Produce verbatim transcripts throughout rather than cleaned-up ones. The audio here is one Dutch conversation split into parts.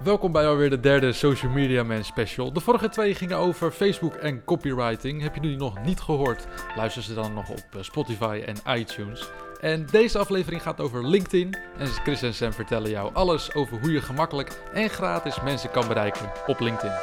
Welkom bij alweer de derde Social Media Man special. De vorige twee gingen over Facebook en copywriting. Heb je nu nog niet gehoord? Luister ze dan nog op Spotify en iTunes. En deze aflevering gaat over LinkedIn. En Chris en Sam vertellen jou alles over hoe je gemakkelijk en gratis mensen kan bereiken op LinkedIn.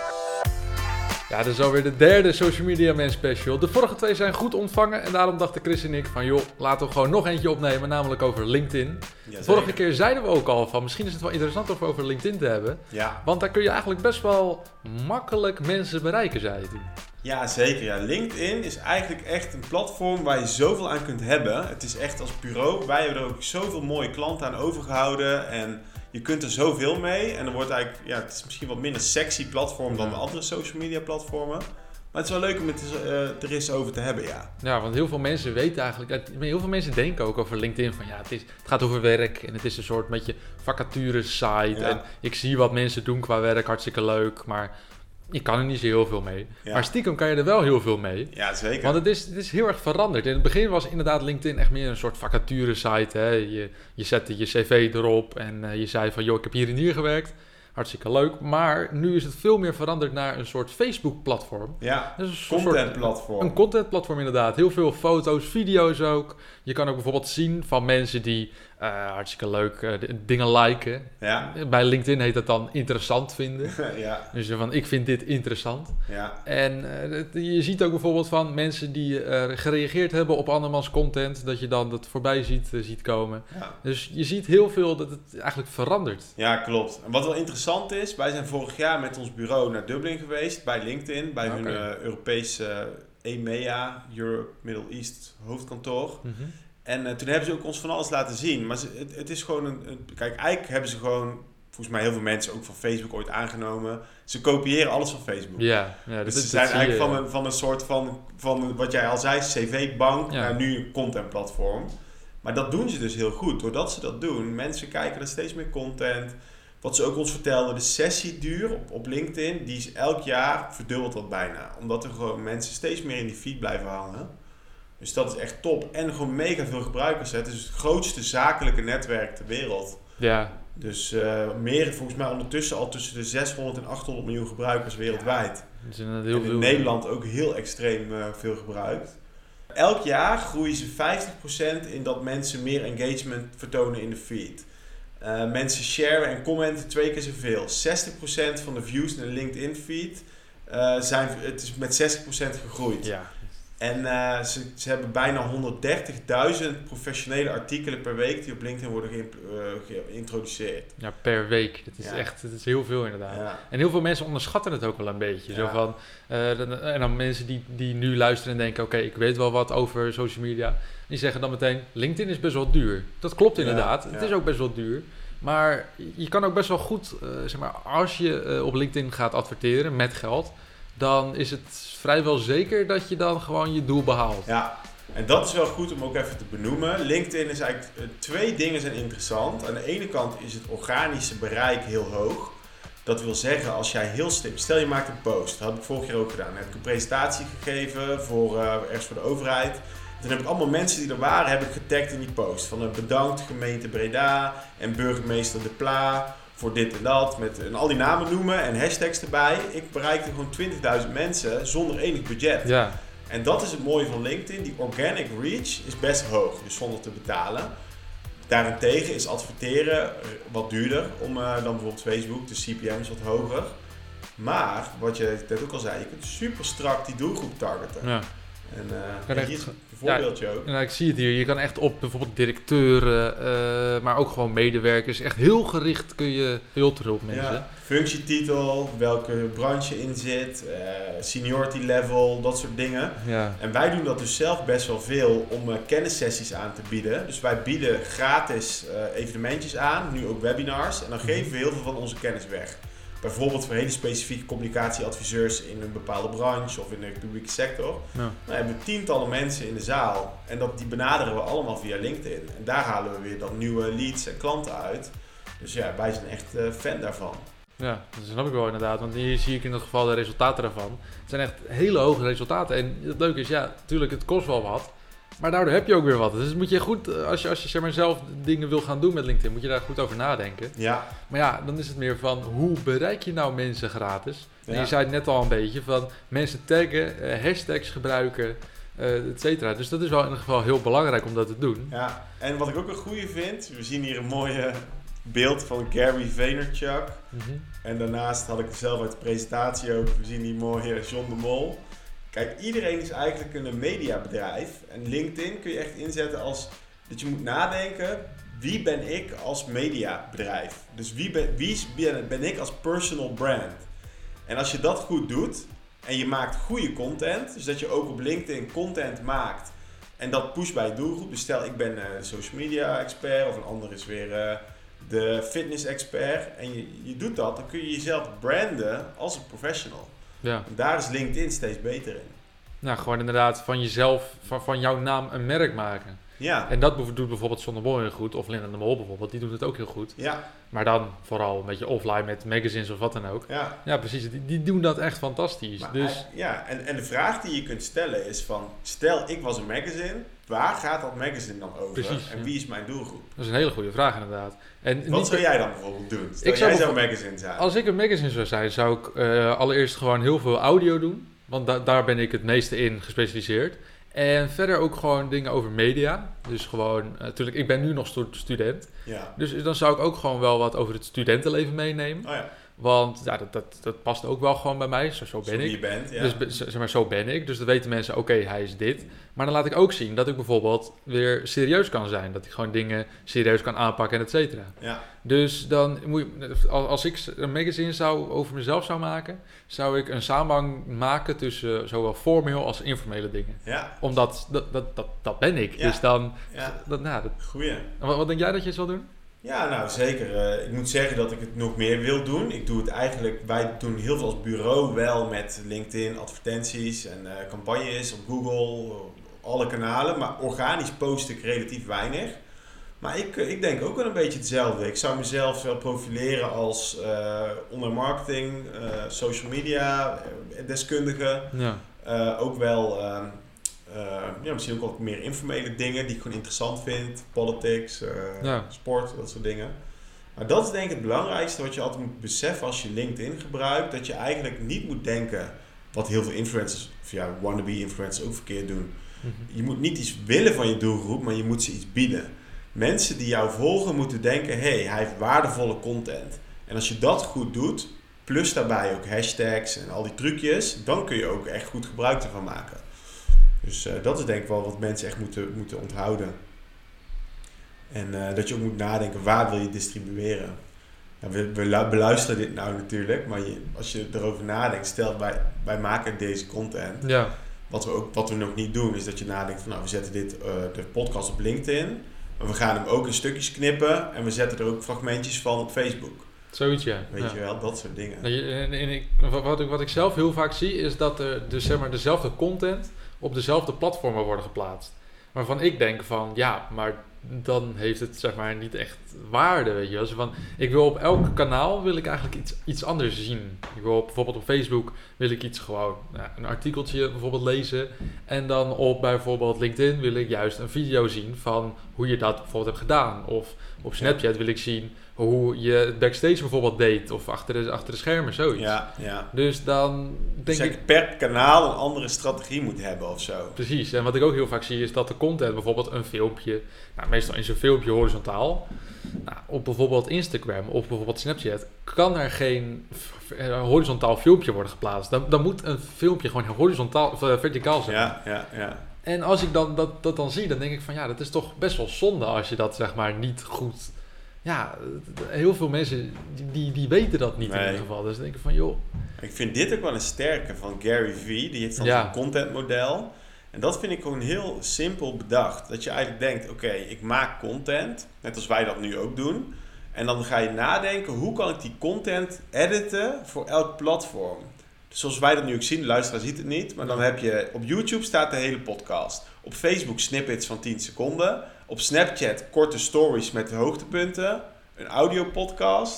Ja, dit is alweer de derde Social Media Man special. De vorige twee zijn goed ontvangen en daarom dachten Chris en ik van joh, laten we gewoon nog eentje opnemen, namelijk over LinkedIn. De vorige keer zeiden we ook al van misschien is het wel interessant om over LinkedIn te hebben. Ja. Want daar kun je eigenlijk best wel makkelijk mensen bereiken, zei je toen. Ja, zeker. Ja. LinkedIn is eigenlijk echt een platform waar je zoveel aan kunt hebben. Het is echt als bureau. Wij hebben er ook zoveel mooie klanten aan overgehouden en je kunt er zoveel mee. En dan wordt eigenlijk, ja, het is misschien wat minder sexy platform dan de andere social media platformen. Maar het is wel leuk om het uh, er eens over te hebben, ja. Ja, want heel veel mensen weten eigenlijk, heel veel mensen denken ook over LinkedIn van ja, het, is, het gaat over werk en het is een soort beetje vacature site. Ja. En ik zie wat mensen doen qua werk, hartstikke leuk, maar je kan er niet zo heel veel mee. Ja. Maar stiekem kan je er wel heel veel mee. Ja, zeker. Want het is, het is heel erg veranderd. In het begin was inderdaad LinkedIn echt meer een soort vacature site. Hè? Je, je zette je cv erop en uh, je zei van joh, ik heb hier en hier gewerkt. Hartstikke leuk. Maar nu is het veel meer veranderd naar een soort Facebook-platform. Ja, dus een content-platform. Een content-platform inderdaad. Heel veel foto's, video's ook. Je kan ook bijvoorbeeld zien van mensen die uh, hartstikke leuk uh, dingen liken. Ja. Bij LinkedIn heet dat dan interessant vinden. Ja. Dus van ik vind dit interessant. Ja. En uh, je ziet ook bijvoorbeeld van mensen die uh, gereageerd hebben op andermans content. Dat je dan dat voorbij ziet, uh, ziet komen. Ja. Dus je ziet heel veel dat het eigenlijk verandert. Ja, klopt. En wat wel interessant is, wij zijn vorig jaar met ons bureau naar Dublin geweest. Bij LinkedIn, bij okay. hun uh, Europese uh, E M E A, Europe Middle East hoofdkantoor. Mm-hmm. En uh, toen hebben ze ook ons van alles laten zien. Maar ze, het, het is gewoon een, een... Kijk, eigenlijk hebben ze gewoon volgens mij heel veel mensen ook van Facebook ooit aangenomen. Ze kopiëren alles van Facebook. Ja, ja dus dat, ze zijn dat eigenlijk je, van, een, van een soort van, van, wat jij al zei, cv-bank ja. naar nu een contentplatform. Maar dat doen ze dus heel goed. Doordat ze dat doen, mensen kijken naar steeds meer content. Wat ze ook ons vertelden, de sessieduur op, op LinkedIn, die is elk jaar verdubbeld wat bijna. Omdat er gewoon mensen steeds meer in die feed blijven hangen. Dus dat is echt top. En gewoon mega veel gebruikers. Hè. Het is het grootste zakelijke netwerk ter wereld. Ja. Dus uh, meer, volgens mij ondertussen al tussen de zeshonderd en achthonderd miljoen gebruikers wereldwijd. Ja, heel en in veel, Nederland ook heel extreem uh, veel gebruikt. Elk jaar groeien ze vijftig procent in dat mensen meer engagement vertonen in de feed. Uh, mensen sharen en commenten twee keer zoveel. zestig procent van de views in de LinkedIn feed uh, zijn, het is met zestig procent gegroeid. Ja. En uh, ze, ze hebben bijna honderddertigduizend professionele artikelen per week die op LinkedIn worden geïmp- uh, geïntroduceerd. Ja, per week. Dat is ja. echt, dat is heel veel inderdaad. Ja. En heel veel mensen onderschatten het ook wel een beetje. Ja. Zo van, uh, dan, en dan mensen die, die nu luisteren en denken, oké, okay, ik weet wel wat over social media. Die zeggen dan meteen, LinkedIn is best wel duur. Dat klopt inderdaad. Ja, ja. Het is ook best wel duur. Maar je kan ook best wel goed, uh, zeg maar, als je uh, op LinkedIn gaat adverteren met geld, dan is het vrijwel zeker dat je dan gewoon je doel behaalt. Ja, en dat is wel goed om ook even te benoemen. LinkedIn is eigenlijk, uh, twee dingen zijn interessant. Aan de ene kant is het organische bereik heel hoog. Dat wil zeggen, als jij heel slim, stel je maakt een post, dat heb ik vorig jaar ook gedaan. Dan heb ik een presentatie gegeven voor uh, ergens voor de overheid. Toen heb ik allemaal mensen die er waren, heb ik getagd in die post. Van uh, bedankt gemeente Breda en burgemeester De Pla voor dit en dat. Met, en al die namen noemen en hashtags erbij. Ik bereikte gewoon twintigduizend mensen zonder enig budget. Ja. En dat is het mooie van LinkedIn. Die organic reach is best hoog, dus zonder te betalen. Daarentegen is adverteren wat duurder om uh, dan bijvoorbeeld Facebook. De C P M is wat hoger. Maar, wat je net ook al zei, je kunt super strak die doelgroep targeten. Ja. En, uh, en echt, hier is een voorbeeldje ja, ook. Nou, ik zie het hier. Je kan echt op bijvoorbeeld directeuren, uh, maar ook gewoon medewerkers. Echt heel gericht kun je filteren op mensen. Ja, functietitel, welke branche je in zit, uh, seniority level, dat soort dingen. Ja. En wij doen dat dus zelf best wel veel om uh, kennissessies aan te bieden. Dus wij bieden gratis uh, evenementjes aan, nu ook webinars. En dan geven we heel veel van onze kennis weg. Bijvoorbeeld voor hele specifieke communicatieadviseurs in een bepaalde branche of in de publieke sector. Ja. Dan hebben we tientallen mensen in de zaal en dat, die benaderen we allemaal via LinkedIn. En daar halen we weer dan nieuwe leads en klanten uit. Dus ja, wij zijn echt uh, fan daarvan. Ja, dat snap ik wel inderdaad, want hier zie ik in dat geval de resultaten daarvan. Het zijn echt hele hoge resultaten en het leuke is, ja, natuurlijk het kost wel wat. Maar daardoor heb je ook weer wat. Dus moet je goed, als je, als je zeg maar, zelf dingen wil gaan doen met LinkedIn, moet je daar goed over nadenken. Ja. Maar ja, dan is het meer van, hoe bereik je nou mensen gratis? Ja. En je zei het net al een beetje, van mensen taggen, uh, hashtags gebruiken, uh, et cetera. Dus dat is wel in ieder geval heel belangrijk om dat te doen. Ja, en wat ik ook een goede vind, we zien hier een mooie beeld van Gary Vaynerchuk. Mm-hmm. En daarnaast had ik het zelf uit de presentatie ook, we zien die mooie John de Mol. Kijk, iedereen is eigenlijk een mediabedrijf. En LinkedIn kun je echt inzetten als dat je moet nadenken, wie ben ik als mediabedrijf? Dus wie ben, wie ben, ben ik als personal brand? En als je dat goed doet en je maakt goede content, dus dat je ook op LinkedIn content maakt en dat pusht bij je doelgroep. Dus stel ik ben uh, social media expert of een ander is weer uh, de fitness expert en je, je doet dat, dan kun je jezelf branden als een professional. Ja. En daar is LinkedIn steeds beter in. Nou, gewoon inderdaad van jezelf, van, van jouw naam een merk maken. Ja. En dat doet bijvoorbeeld John de Mol heel goed, of Linda de Mol bijvoorbeeld, die doet het ook heel goed. Ja. Maar dan vooral een beetje offline met magazines of wat dan ook. Ja, ja precies, die, die doen dat echt fantastisch. maar, Dus... ja en, en de vraag die je kunt stellen is van, stel ik was een magazine, waar gaat dat magazine dan over? Precies, en ja. wie is mijn doelgroep? Dat is een hele goede vraag inderdaad. En Wat niet... zou jij dan bijvoorbeeld doen? Stel Ik zou jij zou een bijvoorbeeld... magazine zijn. Als ik een magazine zou zijn, zou ik uh, allereerst gewoon heel veel audio doen. Want da- daar ben ik het meeste in gespecialiseerd. En verder ook gewoon dingen over media. Dus gewoon, natuurlijk, uh, ik ben nu nog stu- student. Ja. Dus dan zou ik ook gewoon wel wat over het studentenleven meenemen. Oh ja. Want ja, dat, dat, dat past ook wel gewoon bij mij. Zo, zo ben Zo ik. wie je bent, ja. Dus zeg maar, zo ben ik. Dus dan weten mensen, oké, okay, hij is dit. Maar dan laat ik ook zien dat ik bijvoorbeeld weer serieus kan zijn. Dat ik gewoon dingen serieus kan aanpakken en et cetera. Ja. Dus dan moet je, als ik een magazine zou over mezelf zou maken, zou ik een samenhang maken tussen zowel formeel als informele dingen. Ja. Omdat, dat, dat, dat, dat ben ik. Ja. Dus dan, Ja. dat, nou, dat... Goeie. Wat, wat denk jij dat je zal doen? Ja, nou zeker. Uh, ik moet zeggen dat ik het nog meer wil doen. Ik doe het eigenlijk, wij doen heel veel als bureau wel met LinkedIn, advertenties en uh, campagnes op Google, alle kanalen. Maar organisch post ik relatief weinig. Maar ik, ik denk ook wel een beetje hetzelfde. Ik zou mezelf wel profileren als uh, online marketing, uh, social media, uh, deskundige. Ja. Uh, ook wel... Uh, Uh, ja, misschien ook wat meer informele dingen die ik gewoon interessant vind. Politics, uh, ja. sport, dat soort dingen. Maar dat is denk ik het belangrijkste wat je altijd moet beseffen als je LinkedIn gebruikt. Dat je eigenlijk niet moet denken, wat heel veel influencers, of ja, wannabe influencers ook verkeerd doen. Mm-hmm. Je moet niet iets willen van je doelgroep, maar je moet ze iets bieden. Mensen die jou volgen moeten denken, hé, hey, hij heeft waardevolle content. En als je dat goed doet, plus daarbij ook hashtags en al die trucjes, dan kun je ook echt goed gebruik ervan maken. Dus uh, dat is denk ik wel wat mensen echt moeten, moeten onthouden. En uh, dat je ook moet nadenken, waar wil je distribueren? Ja, we, we beluisteren dit nou natuurlijk, maar je, als je erover nadenkt, stel wij, wij maken deze content. Ja. Wat we, ook, wat we nog niet doen, is dat je nadenkt van nou, we zetten dit, uh, de podcast op LinkedIn. Maar we gaan hem ook in stukjes knippen en we zetten er ook fragmentjes van op Facebook. Zoiets, ja. Weet ja. je wel, dat soort dingen. En, en ik, wat, ik, wat ik zelf heel vaak zie, is dat er de, zeg maar, dezelfde content op dezelfde platformen worden geplaatst. Waarvan ik denk van, ja, maar dan heeft het zeg maar niet echt waarde, weet je wel. Dus van, ik wil op elk kanaal wil ik eigenlijk iets, iets anders zien. Ik wil op, bijvoorbeeld op Facebook wil ik iets gewoon, nou, een artikeltje bijvoorbeeld lezen. En dan op bijvoorbeeld LinkedIn wil ik juist een video zien van hoe je dat bijvoorbeeld hebt gedaan. Of op Snapchat wil ik zien hoe je het backstage bijvoorbeeld deed. Of achter de, achter de schermen, zoiets. Ja, ja. Dus dan denk dus ik... per kanaal een andere strategie moet hebben of zo. Precies. En wat ik ook heel vaak zie is dat de content bijvoorbeeld een filmpje... Nou, meestal is een filmpje horizontaal. Nou, op bijvoorbeeld Instagram of bijvoorbeeld Snapchat kan er geen horizontaal filmpje worden geplaatst. Dan, dan moet een filmpje gewoon horizontaal of verticaal zijn. Ja, ja, ja. En als ik dan, dat, dat dan zie, dan denk ik van ja, dat is toch best wel zonde als je dat zeg maar niet goed... Ja, heel veel mensen die, die, die weten dat niet nee. in ieder geval. Dus dan denk ik van joh... Ik vind dit ook wel een sterke van Gary Vee. Die heeft dan ja. zo'n contentmodel. En dat vind ik gewoon heel simpel bedacht. Dat je eigenlijk denkt, oké, okay, ik maak content. Net als wij dat nu ook doen. En dan ga je nadenken, hoe kan ik die content editen voor elk platform? Dus zoals wij dat nu ook zien, de luisteraar ziet het niet. Maar dan heb je, op YouTube staat de hele podcast. Op Facebook snippets van tien seconden. Op Snapchat korte stories met de hoogtepunten. Een audiopodcast.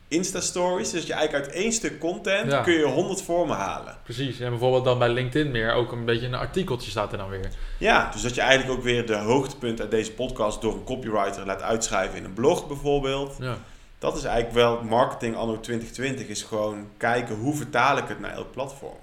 Insta-stories. Dus je eigenlijk uit één stuk content Ja. kun je honderd vormen halen. Precies, en bijvoorbeeld dan bij LinkedIn meer ook een beetje een artikeltje staat er dan weer. Ja, dus dat je eigenlijk ook weer de hoogtepunten uit deze podcast door een copywriter laat uitschrijven in een blog bijvoorbeeld. Ja. Dat is eigenlijk wel marketing anno twintig twintig, is gewoon kijken hoe vertaal ik het naar elk platform.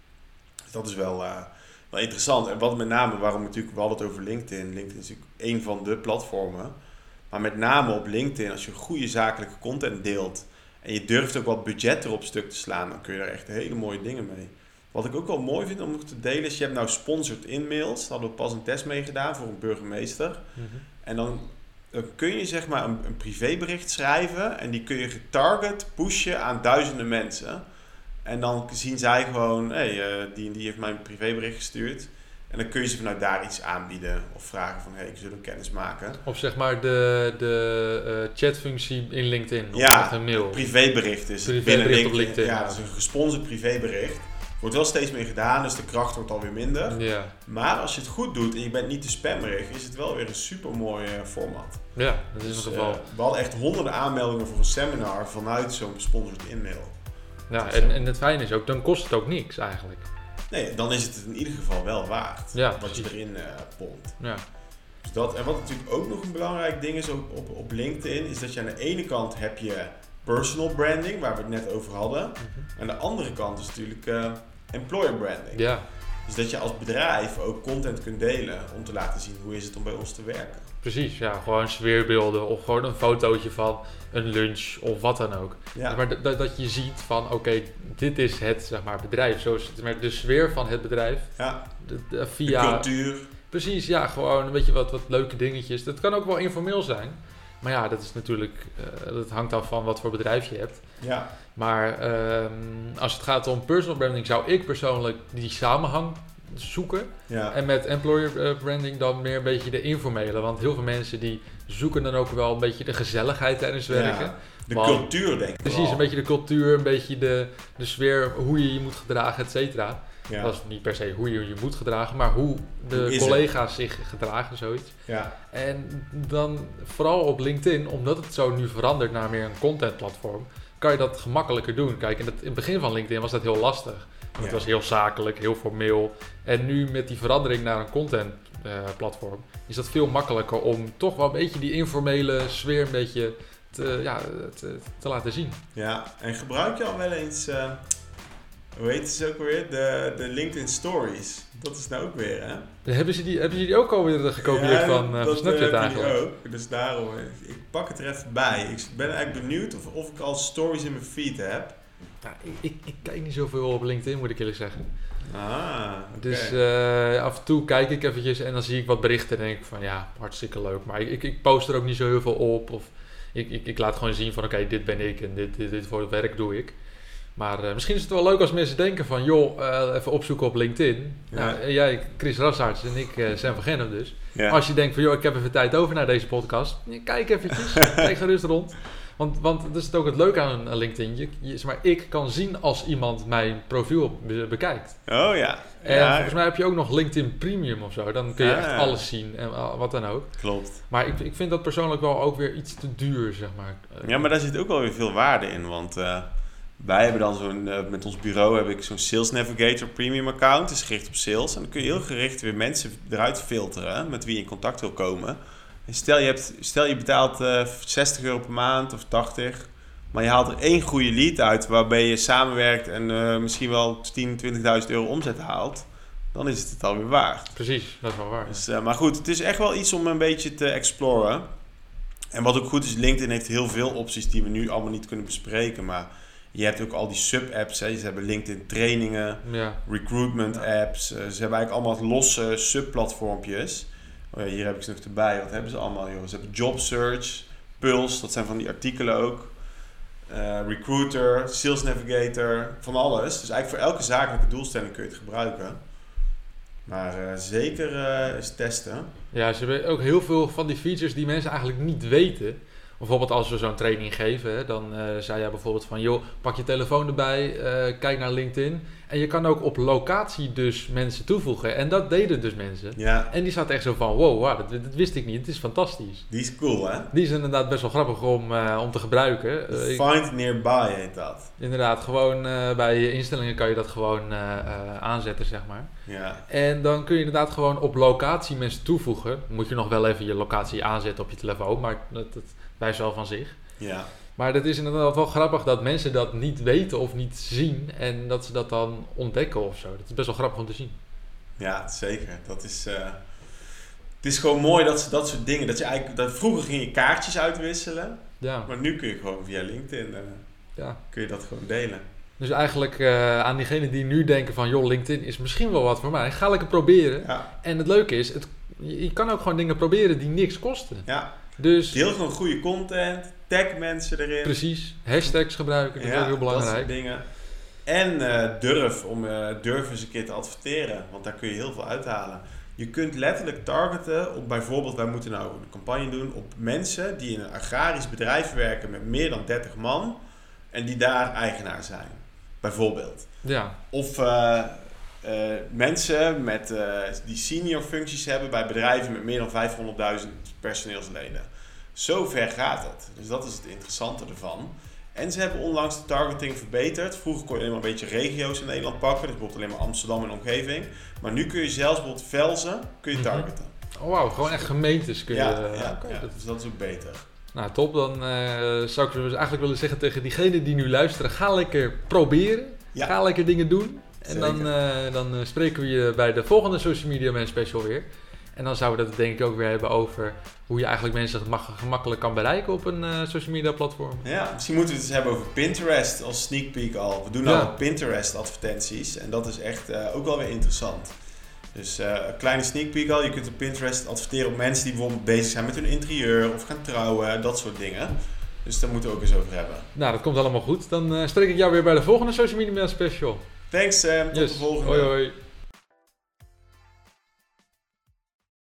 Dus dat is wel, uh, wel interessant. En wat met name, waarom natuurlijk, we hadden het over LinkedIn. LinkedIn is natuurlijk één van de platformen. Maar met name op LinkedIn, als je goede zakelijke content deelt en je durft ook wat budget erop stuk te slaan, dan kun je daar echt hele mooie dingen mee. Wat ik ook wel mooi vind om nog te delen is, je hebt nou sponsored in-mails. Daar hadden we pas een test mee gedaan voor een burgemeester. Mm-hmm. En dan, dan kun je zeg maar een, een privébericht schrijven en die kun je getarget pushen aan duizenden mensen. En dan zien zij gewoon, hé, hey, uh, die, die heeft mij een privébericht gestuurd. En dan kun je ze vanuit daar iets aanbieden of vragen van, hé, hey, ik zullen kennis maken. Of zeg maar de, de uh, chatfunctie in LinkedIn. Of Ja, een mail. privébericht is Privébericht binnen LinkedIn. op LinkedIn. Ja, dat is een gesponsord privébericht. Wordt wel steeds meer gedaan, dus de kracht wordt alweer minder. Ja. Maar als je het goed doet en je bent niet te spammerig, is het wel weer een super mooi format. Ja, dat is Dus, in ieder geval. uh, we hadden echt honderden aanmeldingen voor een seminar vanuit zo'n sponsored e-mail. Ja, en, en het fijne is ook, dan kost het ook niks eigenlijk. Nee, dan is het in ieder geval wel waard. Ja, wat precies. je erin uh, pompt. Ja. Dus dat, en wat natuurlijk ook nog een belangrijk ding is op, op, op LinkedIn, is dat je aan de ene kant heb je personal branding, waar we het net over hadden. Mm-hmm. Aan de andere kant is natuurlijk uh, employer branding. Ja. Dus dat je als bedrijf ook content kunt delen om te laten zien hoe is het om bij ons te werken. Precies, ja, gewoon sfeerbeelden of gewoon een fotootje van een lunch of wat dan ook. Ja. Maar d- d- dat je ziet van, oké, okay, dit is het zeg maar, bedrijf, zo is het, maar de sfeer van het bedrijf. Ja. De, de, via, de cultuur. Precies, ja, gewoon een beetje wat, wat leuke dingetjes. Dat kan ook wel informeel zijn. Maar ja, dat is natuurlijk, uh, dat hangt af van wat voor bedrijf je hebt. Ja. Maar um, als het gaat om personal branding, zou ik persoonlijk die samenhang zoeken. Ja. En met employer branding dan meer een beetje de informele. Want heel veel mensen die zoeken dan ook wel een beetje de gezelligheid tijdens werken. Ja, de Want, cultuur denk ik. Precies, vooral. een beetje de cultuur, een beetje de, de sfeer, hoe je je moet gedragen, et cetera. Ja. Dat is niet per se hoe je je moet gedragen, maar hoe de Hoe is collega's zich gedragen, zoiets. Ja. En dan vooral op LinkedIn, omdat het zo nu verandert naar meer een contentplatform, kan je dat gemakkelijker doen. Kijk, in het, in het begin van LinkedIn was dat heel lastig. Want Ja. het was heel zakelijk, heel formeel. En nu met die verandering naar een contentplatform uh, is dat veel makkelijker om toch wel een beetje die informele sfeer een beetje te, ja, te, te laten zien. Ja, en gebruik je al wel eens, uh, hoe heet ze ook alweer, de, de LinkedIn Stories. Dat is nou ook weer, hè? Hebben ze die, hebben ze die ook alweer gekopieerd ja, van, uh, dat, van Snapchat uh, eigenlijk? ook. Dus daarom, ik pak het er even bij. Ik ben eigenlijk benieuwd of, of ik al stories in mijn feed heb. Ja, ik, ik, ik kijk niet zoveel op LinkedIn, moet ik eerlijk zeggen. Ah, okay. Dus uh, af en toe kijk ik eventjes en dan zie ik wat berichten en denk ik van ja, hartstikke leuk. Maar ik, ik post er ook niet zo heel veel op. Of ik, ik, ik laat gewoon zien van oké, okay, dit ben ik en dit, dit, dit voor het werk doe ik. Maar uh, misschien is het wel leuk als mensen denken van joh, uh, even opzoeken op LinkedIn. Ja. Nou, jij, Chris Rassaerts en ik, uh, Sam van Gennep dus. Ja. Als je denkt van joh, ik heb even tijd over naar deze podcast. Kijk eventjes, kijk gerust rond. Want, want dat is het ook het leuke aan LinkedIn. Je, je, maar ik kan zien als iemand mijn profiel be- bekijkt. Oh ja. En ja. volgens mij heb je ook nog LinkedIn Premium of zo. Dan kun je ja. echt alles zien en uh, wat dan ook. Klopt. Maar ik, ik vind dat persoonlijk wel ook weer iets te duur, zeg maar. Ja, maar daar zit ook wel weer veel waarde in. Want uh, wij hebben dan zo'n, uh, met ons bureau heb ik zo'n Sales Navigator Premium account. Dat is gericht op sales. En dan kun je heel gericht weer mensen eruit filteren met wie je in contact wil komen. En stel je, hebt, stel je betaalt uh, zestig euro per maand of tachtig. Maar je haalt er één goede lead uit waarbij je samenwerkt en uh, misschien wel tien, twintigduizend euro omzet haalt. Dan is het het alweer waard. Precies, dat is wel waar. Dus, uh, maar goed, het is echt wel iets om een beetje te exploren. En wat ook goed is, LinkedIn heeft heel veel opties die we nu allemaal niet kunnen bespreken. Maar je hebt ook al die sub-apps. Hè. Ze hebben LinkedIn trainingen, ja. recruitment ja. apps. Uh, ze hebben eigenlijk allemaal losse sub-platformpjes. Oh ja, hier heb ik ze nog erbij. Wat hebben ze allemaal? Joh? Ze hebben Job Search, Pulse, dat zijn van die artikelen ook. Uh, Recruiter, Sales Navigator, van alles. Dus eigenlijk voor elke zakelijke doelstelling kun je het gebruiken. Maar uh, zeker uh, eens testen. Ja, ze hebben ook heel veel van die features die mensen eigenlijk niet weten. Bijvoorbeeld als we zo'n training geven, hè, dan uh, zei jij bijvoorbeeld van, joh, pak je telefoon erbij, uh, kijk naar LinkedIn. En je kan ook op locatie dus mensen toevoegen. En dat deden dus mensen. Ja. En die zaten echt zo van, wow, wow dat, dat wist ik niet. Het is fantastisch. Die is cool, hè? Die is inderdaad best wel grappig om, uh, om te gebruiken. Uh, Find ik, Nearby heet dat. Inderdaad, gewoon uh, bij je instellingen kan je dat gewoon uh, uh, aanzetten, zeg maar. Ja. En dan kun je inderdaad gewoon op locatie mensen toevoegen. Moet je nog wel even je locatie aanzetten op je telefoon, maar dat, dat wijst wel van zich. Ja. Maar het is inderdaad wel grappig dat mensen dat niet weten of niet zien en dat ze dat dan ontdekken of zo. Dat is best wel grappig om te zien. Ja, zeker. Dat is, uh, het is gewoon mooi dat ze dat soort dingen, dat je eigenlijk, dat vroeger ging je kaartjes uitwisselen, ja. Maar nu kun je gewoon via LinkedIn, uh, ja. kun je dat gewoon delen. Dus eigenlijk uh, aan diegenen die nu denken van, joh, LinkedIn is misschien wel wat voor mij, ga lekker proberen. Ja. En het leuke is, het, je, je kan ook gewoon dingen proberen die niks kosten. Ja. Dus, deel gewoon goede content, tag mensen erin. Precies, hashtags gebruiken, dat ja, is ook heel belangrijk. Dat soort dingen. En uh, durf, om uh, durf eens een keer te adverteren, want daar kun je heel veel uithalen. Je kunt letterlijk targeten op bijvoorbeeld, wij moeten nou een campagne doen op mensen die in een agrarisch bedrijf werken met meer dan dertig man en die daar eigenaar zijn, bijvoorbeeld. Ja. Of uh, uh, mensen met, uh, die senior functies hebben bij bedrijven met meer dan vijfhonderdduizend personeelsleden. Zo ver gaat het. Dus dat is het interessante ervan. En ze hebben onlangs de targeting verbeterd. Vroeger kon je alleen maar een beetje regio's in Nederland pakken. Dus bijvoorbeeld alleen maar Amsterdam en omgeving. Maar nu kun je zelfs bijvoorbeeld Velzen kun je targeten. Oh wauw, gewoon echt gemeentes kun je... Ja, uh, ja, okay, ja, dat... dus dat is ook beter. Nou top, dan uh, zou ik dus eigenlijk willen zeggen tegen diegenen die nu luisteren. Ga lekker proberen. Ja. Ga lekker dingen doen. En Zeker. dan, uh, dan uh, spreken we je bij de volgende Social Media Man Special weer. En dan zouden we dat denk ik ook weer hebben over hoe je eigenlijk mensen gemakkelijk kan bereiken op een uh, social media platform. Ja, misschien moeten we het eens hebben over Pinterest als sneak peek al. We doen nou ja. Pinterest advertenties en dat is echt uh, ook wel weer interessant. Dus uh, een kleine sneak peek al. Je kunt op Pinterest adverteren op mensen die bijvoorbeeld bezig zijn met hun interieur of gaan trouwen, dat soort dingen. Dus daar moeten we ook eens over hebben. Nou, dat komt allemaal goed. Dan uh, spreek ik jou weer bij de volgende Social Media Man Special. Thanks Sam, tot yes. de volgende. Hoi hoi.